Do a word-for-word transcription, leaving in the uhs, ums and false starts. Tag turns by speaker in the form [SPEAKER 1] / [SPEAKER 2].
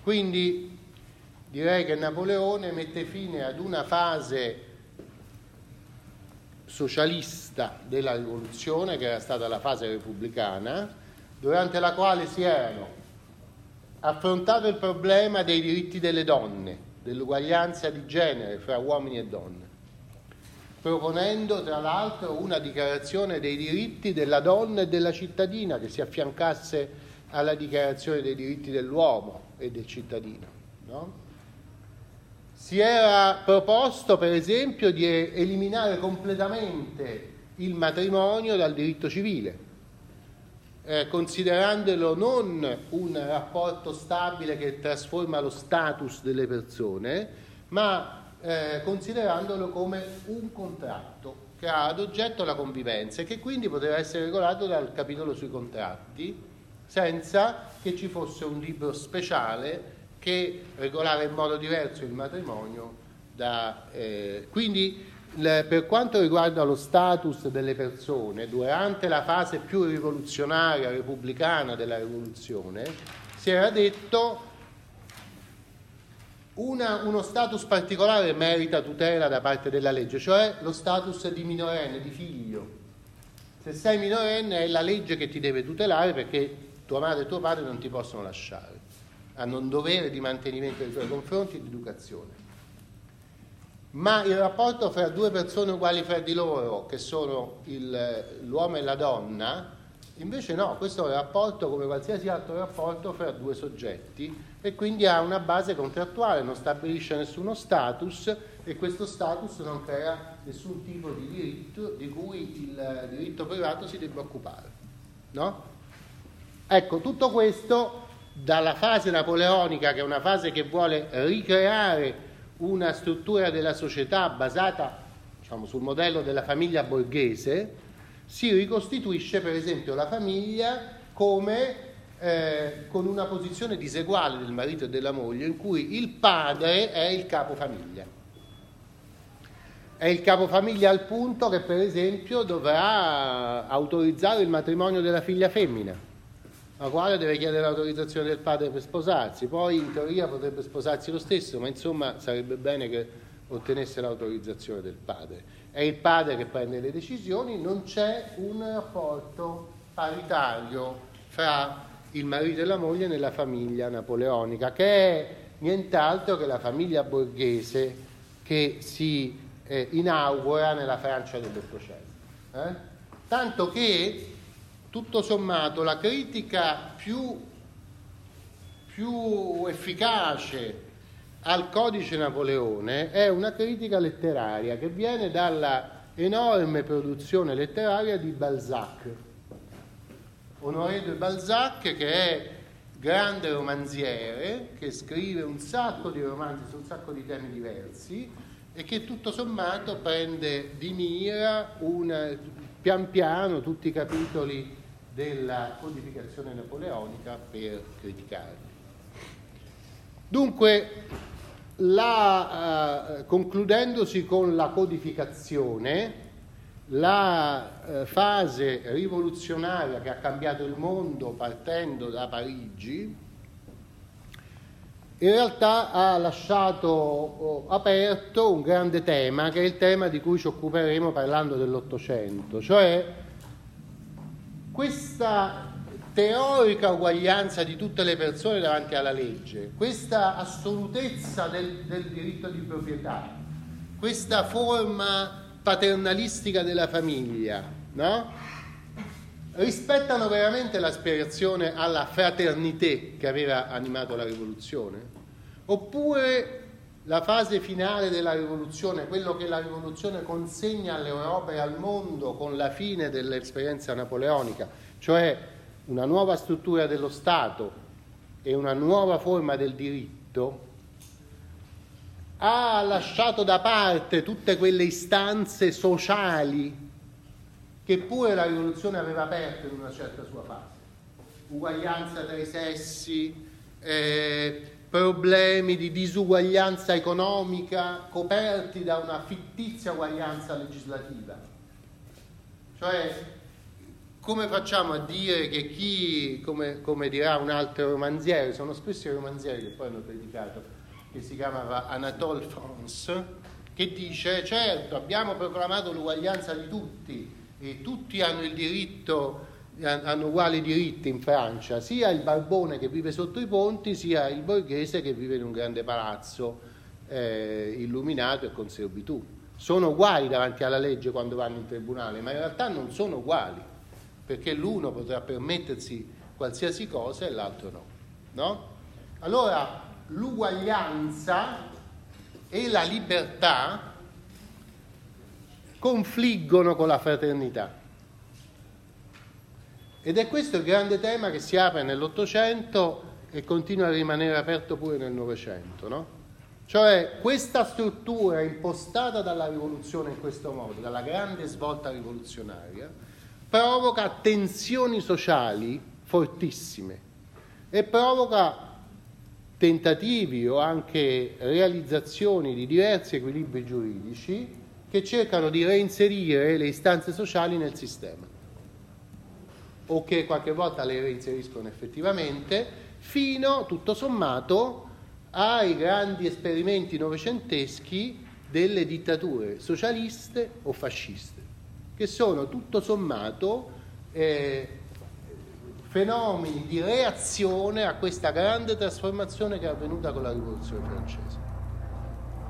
[SPEAKER 1] Quindi direi che Napoleone mette fine ad una fase socialista della rivoluzione, che era stata la fase repubblicana, durante la quale si erano affrontato il problema dei diritti delle donne, dell'uguaglianza di genere fra uomini e donne, proponendo tra l'altro una dichiarazione dei diritti della donna e della cittadina che si affiancasse alla dichiarazione dei diritti dell'uomo e del cittadino, no? Si era proposto, per esempio, di eliminare completamente il matrimonio dal diritto civile, eh, considerandolo non un rapporto stabile che trasforma lo status delle persone, ma eh, considerandolo come un contratto che ha ad oggetto la convivenza e che quindi poteva essere regolato dal capitolo sui contratti, senza che ci fosse un libro speciale che regolava in modo diverso il matrimonio. Da, eh, quindi le, per quanto riguarda lo status delle persone, durante la fase più rivoluzionaria, repubblicana della rivoluzione, si era detto una, uno status particolare merita tutela da parte della legge, cioè lo status di minorenne, di figlio. Se sei minorenne è la legge che ti deve tutelare, perché tua madre e tuo padre non ti possono lasciare, hanno un dovere di mantenimento dei tuoi confronti e di educazione. Ma il rapporto fra due persone uguali fra di loro, che sono il, l'uomo e la donna, invece no, questo è un rapporto come qualsiasi altro rapporto fra due soggetti e quindi ha una base contrattuale, non stabilisce nessuno status e questo status non crea nessun tipo di diritto di cui il diritto privato si debba occupare, no? Ecco, tutto questo dalla fase napoleonica, che è una fase che vuole ricreare una struttura della società basata, diciamo, sul modello della famiglia borghese, si ricostituisce per esempio la famiglia come eh, con una posizione diseguale del marito e della moglie, in cui il padre è il capofamiglia. È il capofamiglia al punto che per esempio dovrà autorizzare il matrimonio della figlia femmina, la quale deve chiedere l'autorizzazione del padre per sposarsi, poi in teoria potrebbe sposarsi lo stesso, ma insomma sarebbe bene che ottenesse l'autorizzazione del padre. È il padre che prende le decisioni, non c'è un rapporto paritario fra il marito e la moglie nella famiglia napoleonica, che è nient'altro che la famiglia borghese che si eh, inaugura nella Francia dell'Ottocento. Eh? Tanto che tutto sommato la critica più, più efficace al codice Napoleone è una critica letteraria che viene dalla enorme produzione letteraria di Balzac. Honoré de Balzac, che è grande romanziere, che scrive un sacco di romanzi su un sacco di temi diversi e che tutto sommato prende di mira un, pian piano tutti i capitoli della codificazione napoleonica per criticarli. Dunque, la, eh, concludendosi con la codificazione, la eh, fase rivoluzionaria che ha cambiato il mondo partendo da Parigi, in realtà ha lasciato oh, aperto un grande tema, che è il tema di cui ci occuperemo parlando dell'Ottocento, cioè questa teorica uguaglianza di tutte le persone davanti alla legge, questa assolutezza del, del diritto di proprietà, questa forma paternalistica della famiglia, no? Rispettano veramente l'aspirazione alla fraternità che aveva animato la rivoluzione? Oppure la fase finale della rivoluzione, quello che la rivoluzione consegna all'Europa e al mondo con la fine dell'esperienza napoleonica, cioè una nuova struttura dello Stato e una nuova forma del diritto, ha lasciato da parte tutte quelle istanze sociali che pure la rivoluzione aveva aperto in una certa sua fase. Uguaglianza tra i sessi, eh, problemi di disuguaglianza economica coperti da una fittizia uguaglianza legislativa. Cioè, come facciamo a dire che chi, come, come dirà un altro romanziere, sono spesso i romanzieri che poi hanno predicato, che si chiamava Anatole France, che dice: certo, abbiamo proclamato l'uguaglianza di tutti e tutti hanno il diritto, hanno uguali diritti in Francia, sia il barbone che vive sotto i ponti, sia il borghese che vive in un grande palazzo eh, illuminato e con servitù. Sono uguali davanti alla legge quando vanno in tribunale, ma in realtà non sono uguali, perché l'uno potrà permettersi qualsiasi cosa e l'altro no, no? Allora l'uguaglianza e la libertà confliggono con la fraternità. Ed è questo il grande tema che si apre nell'Ottocento e continua a rimanere aperto pure nel Novecento, no? Cioè questa struttura impostata dalla rivoluzione in questo modo, dalla grande svolta rivoluzionaria, provoca tensioni sociali fortissime e provoca tentativi o anche realizzazioni di diversi equilibri giuridici che cercano di reinserire le istanze sociali nel sistema, o che qualche volta le reinseriscono effettivamente, fino, tutto sommato, ai grandi esperimenti novecenteschi delle dittature socialiste o fasciste, che sono, tutto sommato, eh, fenomeni di reazione a questa grande trasformazione che è avvenuta con la Rivoluzione francese.